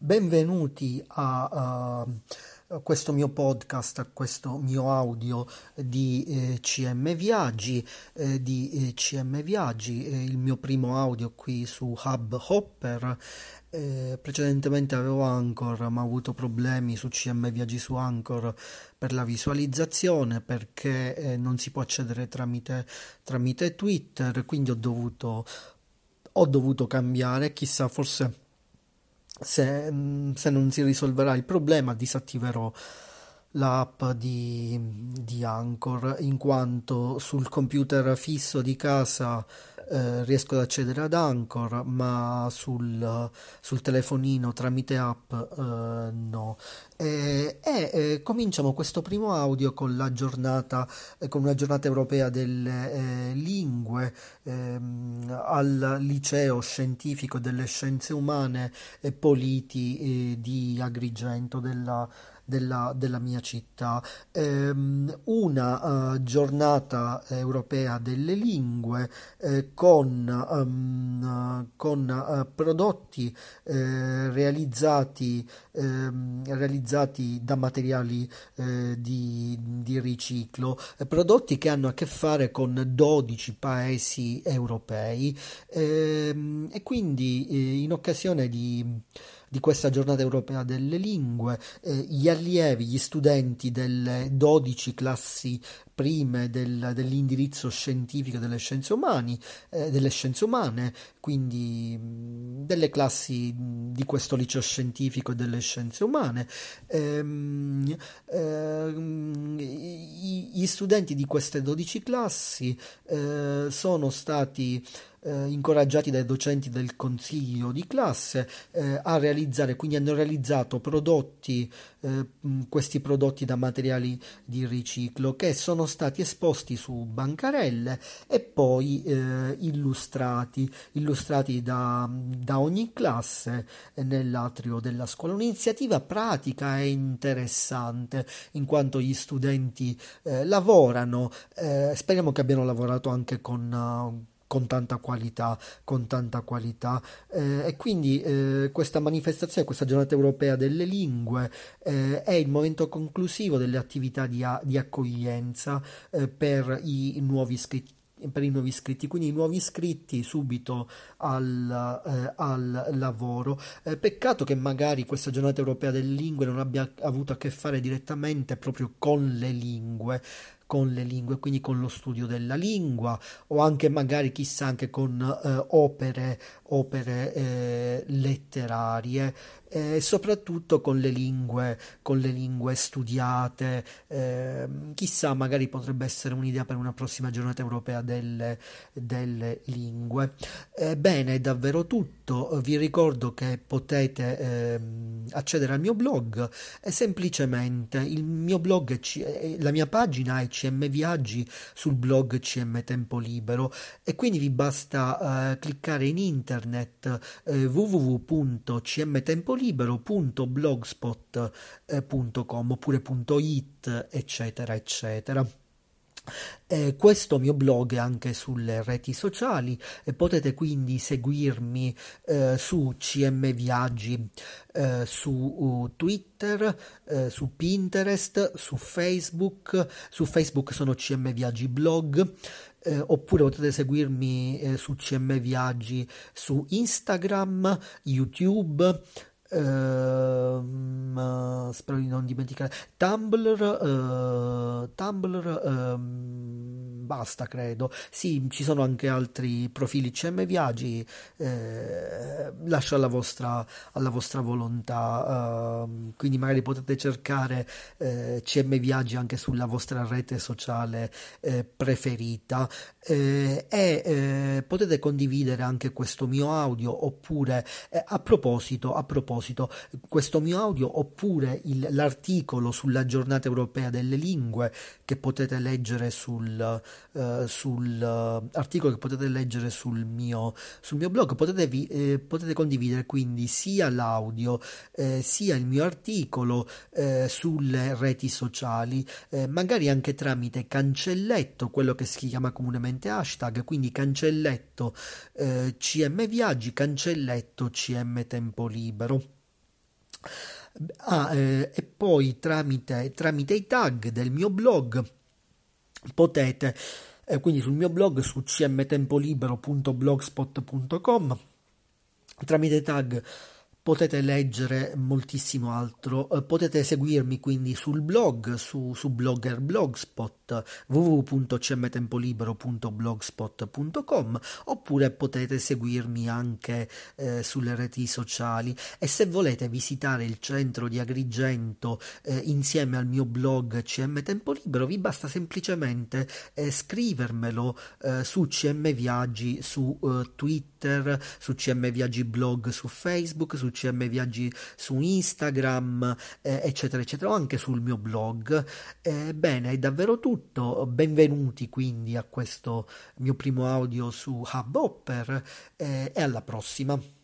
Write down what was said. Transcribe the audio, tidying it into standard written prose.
Benvenuti a questo mio podcast, a questo mio audio di CM Viaggi, il mio primo audio qui su Hubhopper. Precedentemente avevo Anchor, ma ho avuto problemi su CM Viaggi su Anchor per la visualizzazione perché non si può accedere tramite Twitter, quindi ho dovuto cambiare, chissà, forse se non si risolverà il problema, disattiverò l'app di Anchor, in quanto sul computer fisso di casa riesco ad accedere ad Anchor, ma sul telefonino tramite app no. Cominciamo questo primo audio con con una giornata europea delle lingue al liceo scientifico delle scienze umane e Politi di Agrigento della mia città. Una giornata europea delle lingue con prodotti realizzati da materiali di riciclo, prodotti che hanno a che fare con 12 paesi europei, e quindi in occasione di questa giornata europea delle lingue, gli allievi, gli studenti delle 12 classi prime dell'indirizzo scientifico delle scienze umane, quindi delle classi di questo liceo scientifico delle scienze umane, gli studenti di queste 12 classi sono stati incoraggiati dai docenti del consiglio di classe a realizzare, quindi hanno realizzato questi prodotti da materiali di riciclo che sono stati esposti su bancarelle e poi illustrati da ogni classe nell'atrio della scuola. Un'iniziativa pratica e interessante, in quanto gli studenti lavorano, speriamo che abbiano lavorato anche con tanta qualità, e quindi questa manifestazione, questa giornata europea delle lingue è il momento conclusivo delle attività di accoglienza per i nuovi iscritti, quindi i nuovi iscritti subito al lavoro. Peccato che magari questa giornata europea delle lingue non abbia avuto a che fare direttamente proprio con le lingue, quindi con lo studio della lingua, o anche magari chissà anche con opere letterarie, e soprattutto con le lingue studiate. Chissà, magari potrebbe essere un'idea per una prossima giornata europea delle lingue. Bene, è davvero tutto. Vi ricordo che potete accedere al mio blog, e semplicemente il mio blog la mia pagina è CM Viaggi sul blog CM Tempo Libero, e quindi vi basta cliccare in internet www.cmtempolibero.blogspot.com oppure .it, eccetera eccetera. Questo mio blog è anche sulle reti sociali, e potete quindi seguirmi su CM Viaggi, su Twitter, su Pinterest, su Facebook. Su Facebook sono CM Viaggi Blog. Oppure potete seguirmi su CM Viaggi su Instagram, YouTube, spero di non dimenticare Tumblr, basta, credo. Sì, ci sono anche altri profili CM Viaggi, lascio alla vostra volontà, quindi magari potete cercare CM Viaggi anche sulla vostra rete sociale preferita, e potete condividere anche questo mio audio, oppure a proposito, questo mio audio, oppure l'articolo sulla giornata europea delle lingue che potete leggere articolo che potete leggere sul mio blog. Potete condividere quindi sia l'audio sia il mio articolo sulle reti sociali, magari anche tramite cancelletto, quello che si chiama comunemente hashtag, quindi cancelletto CM Viaggi, cancelletto CM Tempo Libero. E poi tramite i tag del mio blog potete, quindi sul mio blog su cmtempolibero.blogspot.com, tramite i tag potete leggere moltissimo altro. Potete seguirmi quindi sul blog, su Blogger Blogspot, www.cmtempolibero.blogspot.com, oppure potete seguirmi anche sulle reti sociali. E se volete visitare il centro di Agrigento insieme al mio blog CM Tempo Libero, vi basta semplicemente scrivermelo su CM Viaggi su Twitter, su CM Viaggi Blog su Facebook, su CM Viaggi su Instagram, eccetera, eccetera, o anche sul mio blog. Bene, è davvero tutto. Benvenuti quindi a questo mio primo audio su Hubhopper, e alla prossima.